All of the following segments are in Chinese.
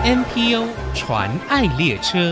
NPO 传爱列车。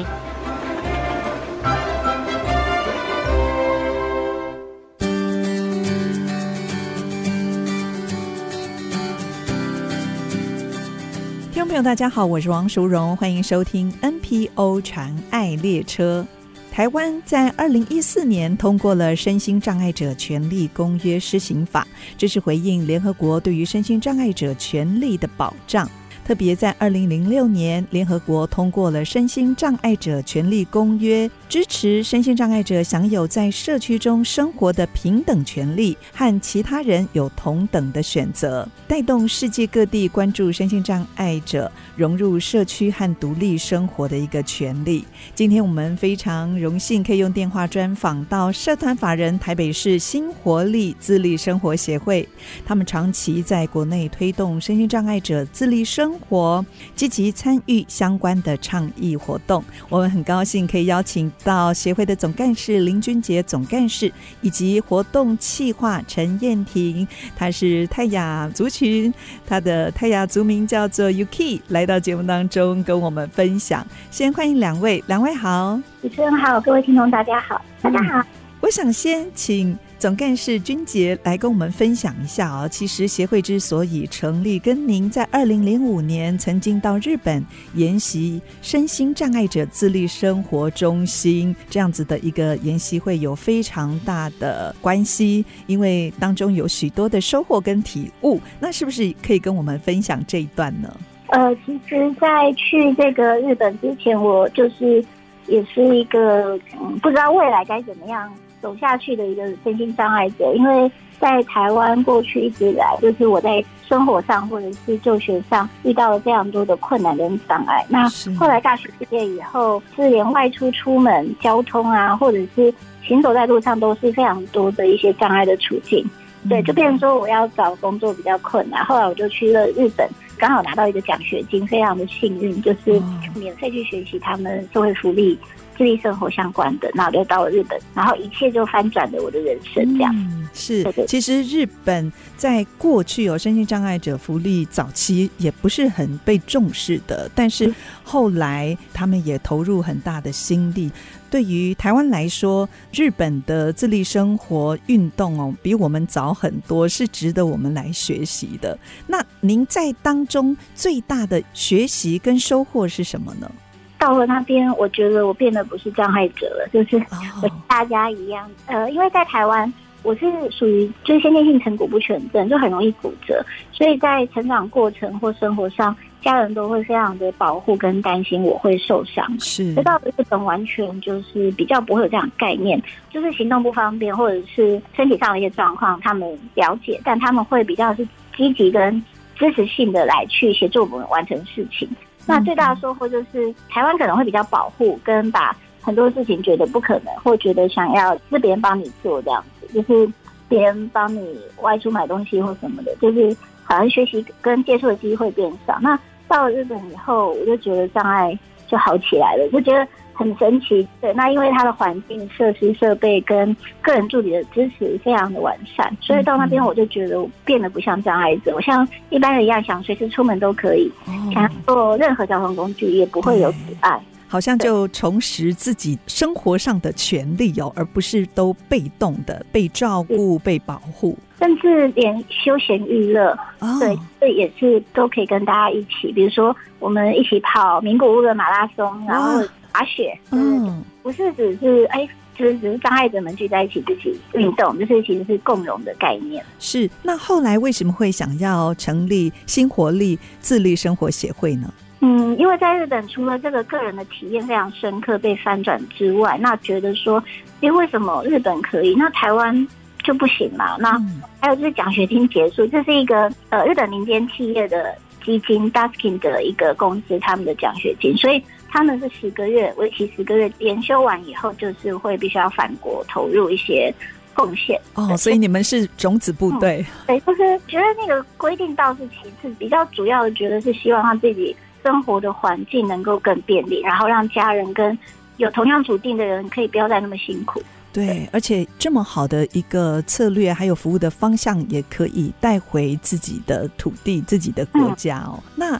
听众朋友大家好，我是王淑荣，欢迎收听 NPO 传爱列车。台湾在2014年通过了《身心障碍者权利公约施行法》，这是回应联合国对于身心障碍者权利的保障。特别在2006年，联合国通过了《身心障碍者权利公约》，支持身心障碍者享有在社区中生活的平等权利，和其他人有同等的选择，带动世界各地关注身心障碍者融入社区和独立生活的一个权利。今天我们非常荣幸可以用电话专访到社团法人台北市新活力自立生活协会，他们长期在国内推动身心障碍者自立生活，积极参与相关的倡议活动。我们很高兴可以邀请到协会的总干事林君杰总干事，以及活动企划陈燕婷，她是泰雅族群，她的泰雅族名叫做 Yuki， 来到节目当中跟我们分享。先欢迎两位好。 主持人好，各位听众大家好。大家好。 我想先请总干事君杰来跟我们分享一下其实协会之所以成立，跟您在2005年曾经到日本研习身心障碍者自立生活中心这样子的一个研习会有非常大的关系，因为当中有许多的收获跟体悟。那是不是可以跟我们分享这一段呢？ 其实在去这个日本之前，我也是一个不知道未来该怎么样走下去的一个身心障碍者。因为在台湾过去一直以来，就是我在生活上或者是就学上遇到了非常多的困难跟障碍。那后来大学毕业以后，是连外出门交通啊，或者是行走在路上都是非常多的一些障碍的处境。对，就变成说我要找工作比较困难。后来我就去了日本，刚好拿到一个奖学金，非常的幸运，就是免费去学习他们社会福利、自立生活相关的。那我就到了日本，然后一切就翻转了我的人生。这样是，其实日本在过去有身心障碍者福利早期也不是很被重视的，但是后来他们也投入很大的心力。对于台湾来说，日本的自立生活运动比我们早很多，是值得我们来学习的。那您在当中最大的学习跟收获是什么呢？ 到了那边，我觉得我变得不是障碍者了，就是我大家一样。因为在台湾，我是属于就是先天性成骨不全症，就很容易骨折，所以在成长过程或生活上，家人都会非常的保护跟担心我会受伤。 是， 到了日本完全就是比较不会有这样的概念，就是行动不方便或者是身体上的一些状况，他们了解，但他们会比较是积极跟支持性的来去协助我们完成事情。那最大的收获就是台湾可能会比较保护，跟把很多事情觉得不可能，或觉得想要是别人帮你做这样子，就是别人帮你外出买东西或什么的，就是好像学习跟接触的机会变少。那到了日本以后，我就觉得障碍就好起来了，就觉得很神奇。对，那因为它的环境、设施、设备跟个人助理的支持非常的完善，所以到那边我就觉得我变得不像障碍者，我像一般人一样，想随时出门都可以，想要坐任何交通工具也不会有阻碍。 好像就重拾自己生活上的权利而不是都被动的被照顾、被保护， 甚至连休闲娱乐，对，这也是都可以跟大家一起，比如说我们一起跑名古屋的马拉松，然后滑雪，不是只是只是障碍者们聚在一起自己运动，就是其实是共融的概念。 是，那后来为什么会想要成立新活力自立生活协会呢？ 因为在日本除了这个个人的体验非常深刻被翻转之外，那觉得说为什么日本可以，那台湾就不行嘛？那还有就是奖学金结束，这是一个日本民间企业的基金 Daskin 的一个公司，他们的奖学金，所以他们是10个月，为期10个月，研修完以后就是会必须要返国投入一些贡献。 所以你们是种子部队。 对，就是觉得那个规定倒是其次，比较主要的觉得是希望他自己生活的环境能够更便利，然后让家人跟有同样处境的人可以不要再那么辛苦。 对，而且这么好的一个策略还有服务的方向也可以带回自己的土地自己的国家哦。那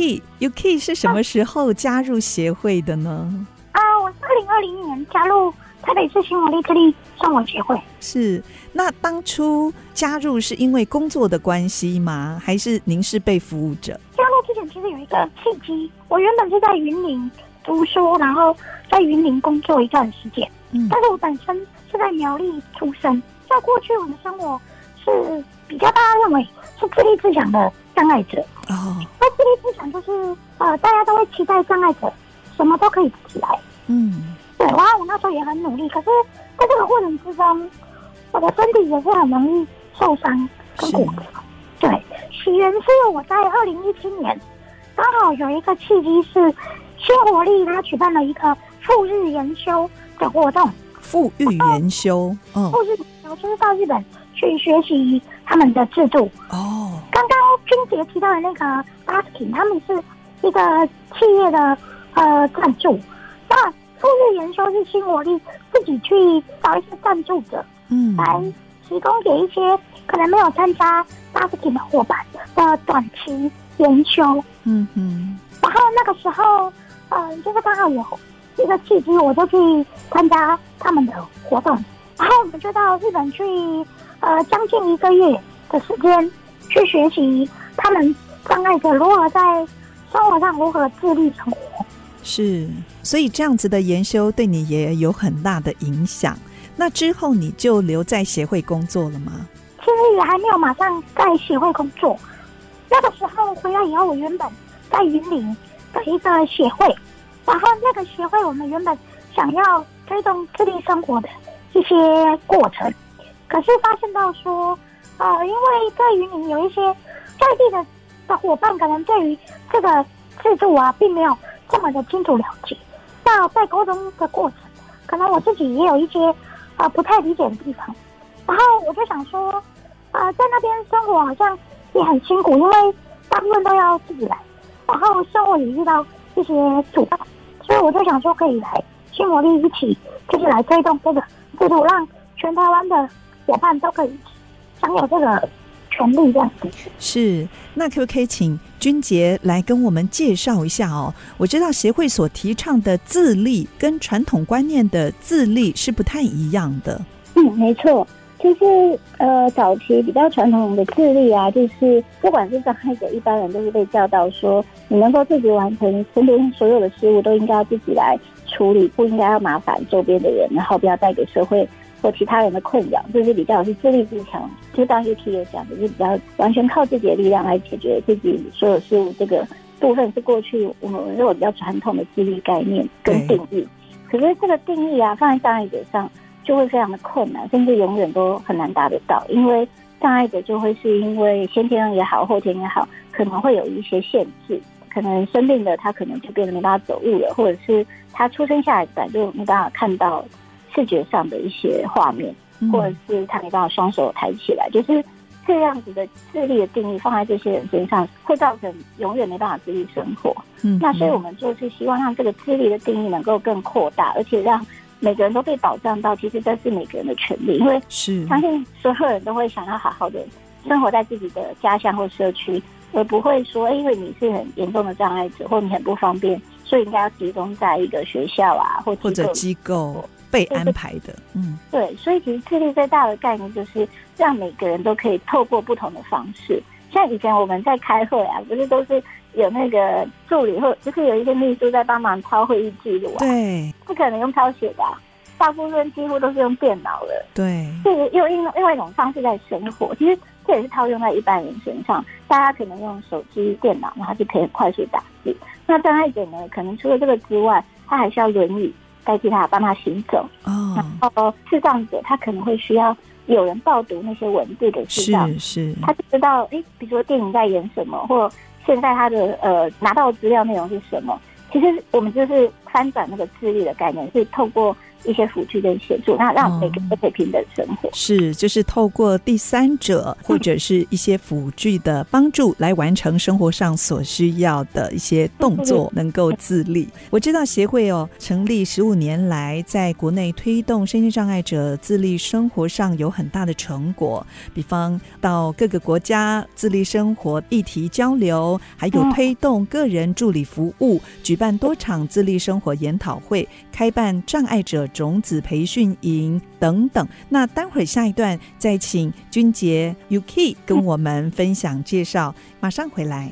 Yuki 是什么时候加入协会的呢？ 我是2020年加入台北市新活力智力生活协会。 是，那当初加入是因为工作的关系吗？还是您是被服务者？ 加入之前其实有一个契机，我原本是在云林读书，然后在云林工作一段时间。但是我本身是在苗栗出生，在过去我的生活是比较大家认为是自立自强的障碍者。那自立自强就是大家都会期待障碍者什么都可以自己来。对，然后我那时候也很努力，可是在这个过程之中，我的身体也是很容易受伤跟骨折。对，起源是我在2017年刚好有一个契机，是新活力他举办了一个赴日研修的活动。 赴日研修， 赴日研修就是到日本去学习他们的制度。刚刚君杰提到的那个 Baskin， 他们是一个企业的赞助。那赴日研修是新活力自己去找一些赞助者，来提供给一些可能没有参加 Baskin 的伙伴的短期研修。然后那个时候，就是刚好有一个契机，我就去参加他们的活动，然后我们就到日本去，将近1个月的时间去学习他们障碍者如何在生活上如何自立生活。 是，所以这样子的研修对你也有很大的影响。那之后你就留在协会工作了吗？ 其实也还没有马上在协会工作。那个时候回来以后，我原本在云林的一个协会，然后那个协会我们原本想要推动自立生活的一些过程，可是发现到说，因为在云林有一些在地的伙伴，可能对于这个制度并没有这么的清楚了解。那在沟通的过程，可能我自己也有一些不太理解的地方，然后我就想说，在那边生活好像也很辛苦，因为大部分都要自己来，然后生活也遇到一些阻碍，所以我就想说可以来新活力一起，就是来推动这个制度，让全台湾的伙伴都可以享有这个权利这样子。 是，那可不可以请君杰来跟我们介绍一下哦？我知道协会所提倡的自立跟传统观念的自立是不太一样的。 没错，就是早期比较传统的自立就是不管是障碍者一般人都是被教导说，你能够自己完成身边所有的事物都应该要自己来处理，不应该要麻烦周边的人，然后不要带给社会或其他人的困扰，这是比较是自立自强。就当 UT 有讲的，就是比较完全靠自己的力量来解决自己所有事物，这个部分是过去我们认为比较传统的自立概念跟定义。可是这个定义放在障碍者上就会非常的困难，甚至永远都很难达得到，因为障碍者就会是因为先天也好后天也好，可能会有一些限制，可能生病的他可能就变得没办法走路了，或者是他出生下来本来就没办法看到视觉上的一些画面，或者是他没办法双手抬起来，就是这样子的自立的定义放在这些人身上，会造成永远没办法自立生活。那所以我们就是希望让这个自立的定义能够更扩大，而且让每个人都被保障到，其实这是每个人的权利，因为相信所有人都会想要好好的生活在自己的家乡或社区，而不会说因为你是很严重的障碍者或你很不方便，所以应该要集中在一个学校或者机构被安排的。 对，所以其实自立最大的概念就是让每个人都可以透过不同的方式，像以前我们在开会不是都是有那个助理，或就是有一些秘书在帮忙抄会议记录对， 不可能用抄写的大部分几乎都是用电脑的。 对， 就是用另外一种方式在生活，其实这也是套用在一般人身上，大家可能用手机电脑然后就可以很快速打字，那障碍者呢可能除了这个之外，他还需要轮椅代替他帮他行走，然后视障者他可能会需要有人报读那些文字给视障，他就知道比如说电影在演什么，或现在他的拿到的资料内容是什么。其实我们就是翻转那个自立的概念，是透过一些辅助跟协助，那让每个人都可以平等生活。 是，就是透过第三者或者是一些辅助的帮助来完成生活上所需要的一些动作，能够自立。我知道协会成立15年来，在国内推动身心障碍者自立生活上有很大的成果，比方到各个国家自立生活议题交流，还有推动个人助理服务，举办多场自立生活研讨会，开办障碍者种子培训营等等。那待会儿下一段再请君杰 Yuki 跟我们分享介绍，马上回来。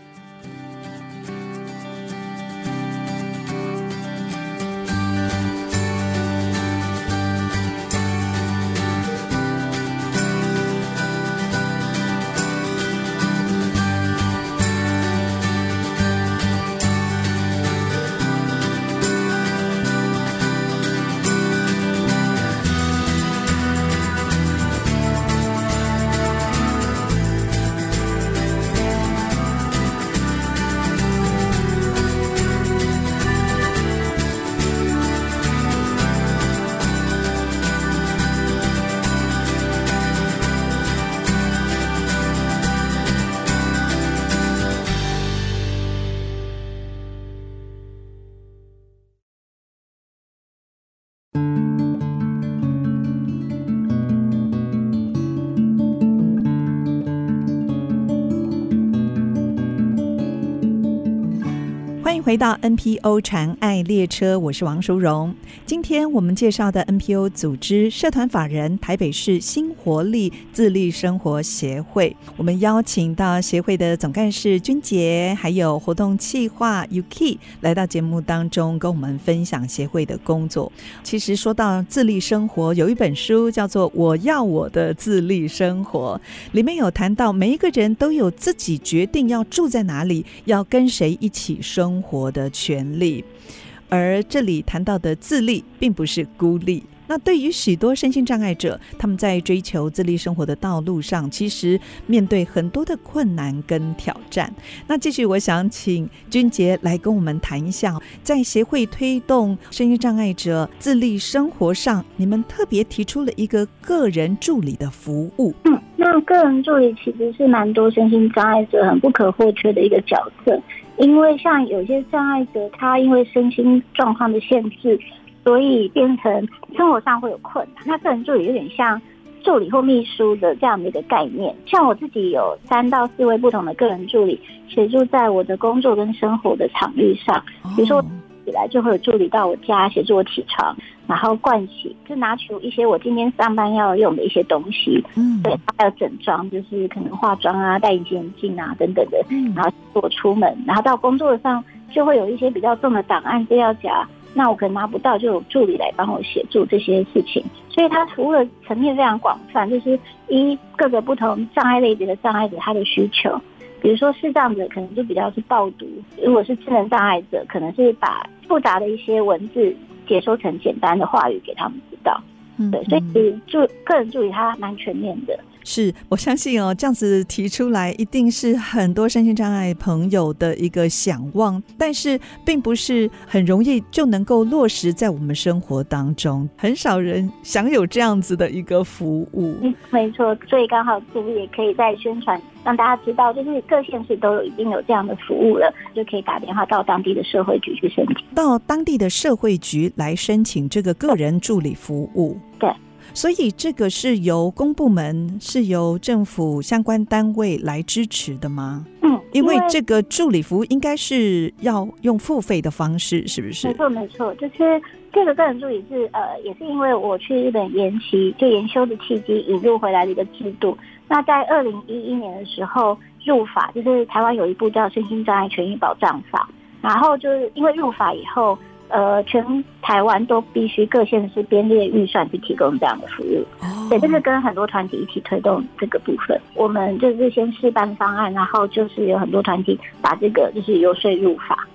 欢迎回到 NPO 传爱列车，我是王淑荣。今天我们介绍的 NPO 组织社团法人台北市新活力自立生活协会，我们邀请到协会的总干事君杰，还有活动企划 Yuki 来到节目当中跟我们分享协会的工作。其实说到自立生活，有一本书叫做《我要我的自立生活》，里面有谈到每一个人都有自己决定要住在哪里，要跟谁一起生活的权利，而这里谈到的自立并不是孤立。那对于许多身心障碍者，他们在追求自立生活的道路上，其实面对很多的困难跟挑战。那继续我想请君杰来跟我们谈一下，在协会推动身心障碍者自立生活上，你们特别提出了一个个人助理的服务。 那个人助理其实是蛮多身心障碍者很不可或缺的一个角色，因为像有些障碍者，他因为身心状况的限制，所以变成生活上会有困难。那个人助理有点像助理或秘书的这样的一个概念。像我自己有3到4位不同的个人助理，协助在我的工作跟生活的场域上。比如说起来就会有助理到我家协助我起床，然后盥洗，就拿取一些我今天上班要用的一些东西，对，还有整装，就是可能化妆啊、戴隐形眼镜啊等等的，然后我出门，然后到工作上就会有一些比较重的档案资料夹，那我可能拿不到，就有助理来帮我协助这些事情。所以它服务的层面非常广泛，就是依各个不同障碍类别的障碍者他的需求。比如说视障者可能就比较是报读，如果是智能障碍者，可能是把复杂的一些文字解说成简单的话语给他们知道。对，所以个人助理他蛮全面的。 是，我相信这样子提出来一定是很多身心障碍朋友的一个想望，但是并不是很容易就能够落实在我们生活当中，很少人享有这样子的一个服务。 没错，所以刚好这里也可以再宣传，让大家知道，就是各县市都已经有这样的服务了，就可以打电话到当地的社会局去申请， 到当地的社会局来申请这个个人助理服务。 对， 所以这个是由公部门、是由政府相关单位来支持的吗？因为这个助理服务应该是要用付费的方式，是不是？ 没错没错，就是这个个人助理是也是因为我去日本研修的契机引入回来的一个制度。那在2011年的时候入法，就是台湾有一部叫《身心障碍权益保障法》，然后就是因为入法以后，全台湾都必须各县市编列预算去提供这样的服务。对，这是跟很多团体一起推动这个部分。我们就是先试办方案，然后就是有很多团体把这个就是游说入法。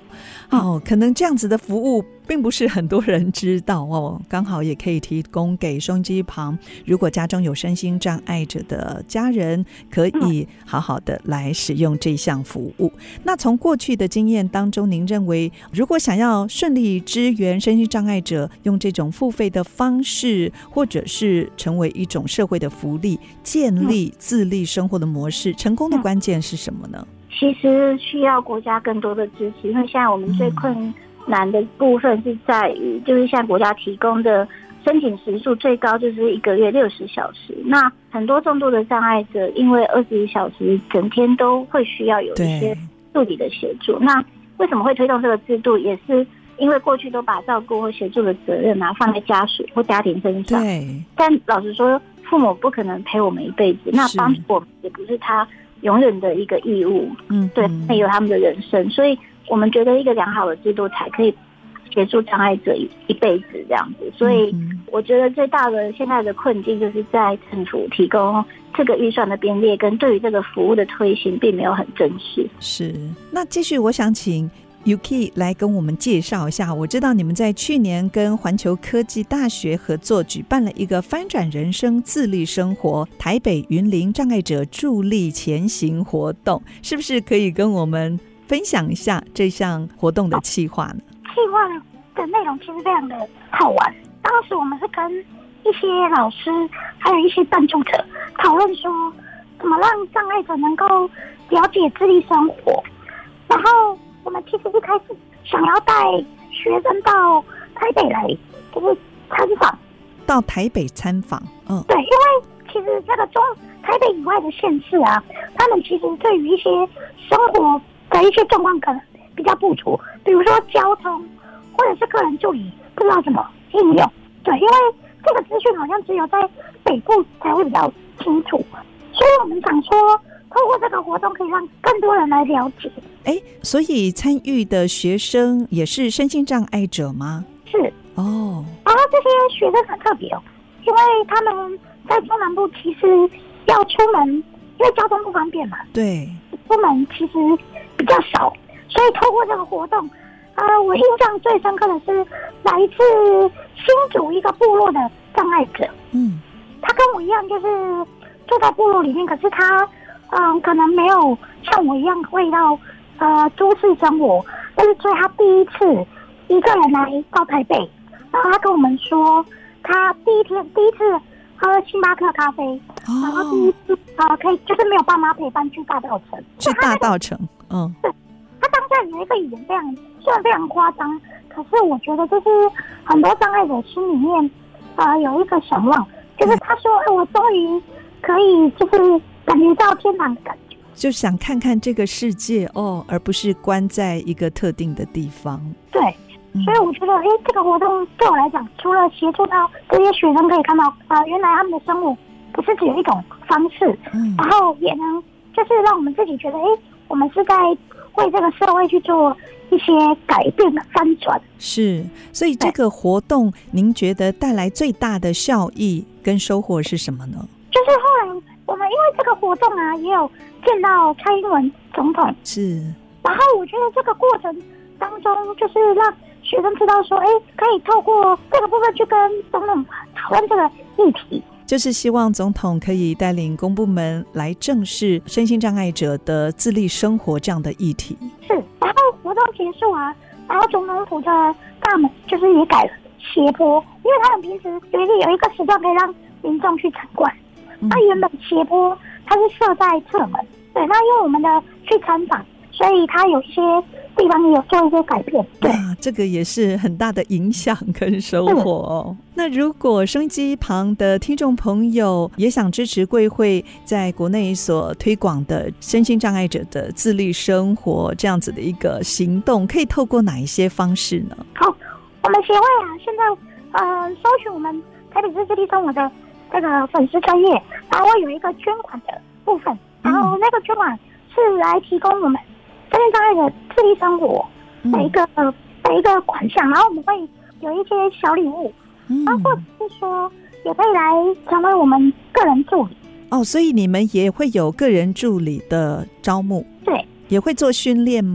可能这样子的服务并不是很多人知道哦，刚好也可以提供给收音机旁如果家中有身心障碍者的家人，可以好好的来使用这项服务。那从过去的经验当中，您认为如果想要顺利支援身心障碍者，用这种付费的方式，或者是成为一种社会的福利，建立自立生活的模式，成功的关键是什么呢？ 其实需要国家更多的支持，因为现在我们最困难的部分是在于，就是现在国家提供的申请时数最高就是1个月60小时。那很多重度的障碍者，因为24小时整天都会需要有一些助理的协助。那为什么会推动这个制度，也是因为过去都把照顾或协助的责任放在家属或家庭身上。对。但老实说，父母不可能陪我们一辈子，那帮助我们也不是他永远的一个义务，对，也有他们的人生，所以我们觉得一个良好的制度才可以协助障碍者一辈子这样子。所以我觉得最大的现在的困境就是在政府提供这个预算的编列跟对于这个服务的推行并没有很正式。 是，那继续我想请Yuki 来跟我们介绍一下，我知道你们在去年跟环球科技大学合作举办了一个翻转人生自立生活台北云林障碍者助力前行活动，是不是可以跟我们分享一下这项活动的企划呢？ 企划的内容其实非常的好玩，当时我们是跟一些老师还有一些赞助者讨论说怎么让障碍者能够了解自立生活，然后我们其实一开始想要带学生到台北来，就是参访。 到台北参访， 对，因为其实这个台北以外的县市啊，他们其实对于一些生活的一些状况可能比较不足，比如说交通或者是个人助理不知道怎么应用。对，因为这个资讯好像只有在北部才会比较清楚，所以我们想说透过这个活动可以让更多人来了解。 所以参与的学生也是身心障碍者吗？ 是哦。然后这些学生很特别因为他们在中南部其实要出门，因为交通不方便嘛，对，出门其实比较少，所以透过这个活动我印象最深刻的是来自新竹一个部落的障碍者。他跟我一样就是住在部落里面，可是他可能没有像我一样会到都市生活，但是所以他第一次一个人来到台北，然后他跟我们说他第一次喝星巴克咖啡，然后第一次可以就是没有爸妈陪伴去大稻埕， 去大稻埕。 对，他当下有一个语言虽然非常夸张，可是我觉得就是很多障碍者心里面有一个想望，就是他说我终于可以就是感觉到天堂的感觉， 就想看看这个世界而不是关在一个特定的地方。 对，所以我觉得这个活动对我来讲，除了协助到这些学生可以看到原来他们的生活不是只有一种方式，然后也能就是让我们自己觉得我们是在为这个社会去做一些改变的翻转。是， 所以这个活动您觉得带来最大的效益跟收获是什么呢？ 就是后来我们因为这个活动也有见到蔡英文总统，是，然后我觉得这个过程当中就是让学生知道说可以透过这个部分去跟总统讨论这个议题， 就是希望总统可以带领公部门来正视身心障碍者的自立生活这样的议题。 是，然后活动结束然后总统府的大门就是也改了斜坡，因为他们平时有一个时段可以让民众去参观，那原本斜坡它是设在侧门，对，那因为我们的去参访，所以它有一些地方也有做一些改变。对， 这个也是很大的影响跟收获那如果收音机旁的听众朋友也想支持贵会在国内所推广的身心障碍者的自立生活这样子的一个行动，可以透过哪一些方式呢？ 好，我们协会现在搜寻我们台北市自立生活的这个粉丝专页，然后会有一个捐款的部分，然后那个捐款是来提供我们身心障碍者自立生活的一个款项，然后我们会有一些小礼物，然后或者是说也可以来成为我们个人助理。 所以你们也会有个人助理的招募？ 对， 也会做训练吗？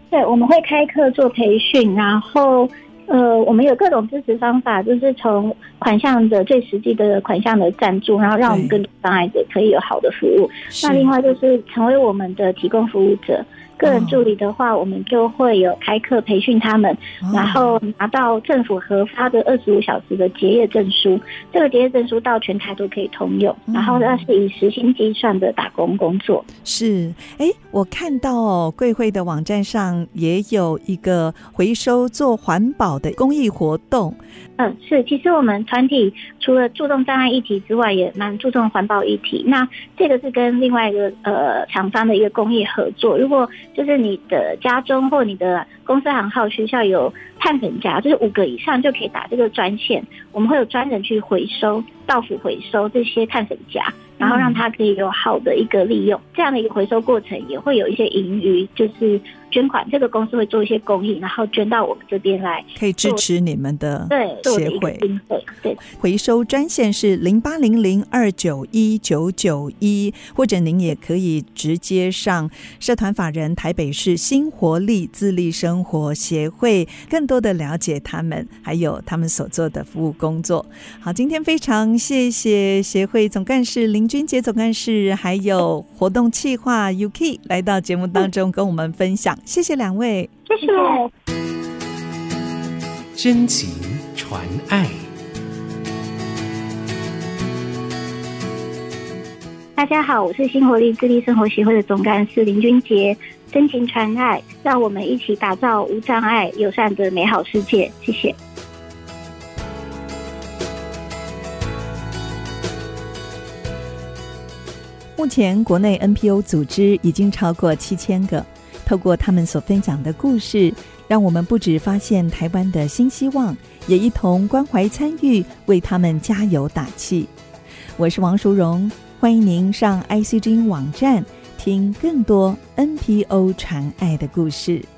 对，我们会开课做培训，然后我们有各种支持方法，就是从款项的最实际的款项的赞助，然后让我们更多障碍者可以有好的服务。那另外就是成为我们的提供服务者。个人助理的话，我们就会有开课培训他们，然后拿到政府核发的25小时的结业证书。这个结业证书到全台都可以通用，然后那是以时薪计算的打工工作。 是，我看到贵会的网站上也有一个回收做环保的公益活动。 是，其实我们团体除了注重障碍议题之外，也蛮注重环保议题。那这个是跟另外一个厂商的一个公益合作。如果就是你的家中或你的公司行号学校有碳粉夹，就是5个以上就可以打这个专线，我们会有专人去回收、到府回收这些碳粉夹，然后让它可以有好的一个利用。这样的一个回收过程也会有一些盈余，就是捐款，这个公司会做一些公益，然后捐到我们这边来， 可以支持你们的协会。 对， 回收专线是0800291991，或者您也可以直接上社团法人台北市新活力自立生活协会，更多的了解他们还有他们所做的服务工作。好，今天非常谢谢协会总干事林君杰总干事，还有活动企划 Yuki 来到节目当中跟我们分享，谢谢两位， 谢谢。 真情传爱。 大家好，我是新活力自立生活协会的总干事林君杰。真情传爱，让我们一起打造无障碍友善的美好世界。谢谢。 目前国内 NPO 组织已经超过7000个，透过他们所分享的故事，让我们不只发现台湾的新希望，也一同关怀参与，为他们加油打气。我是王淑荣，欢迎您上 ICG 网站听更多 NPO 传爱的故事。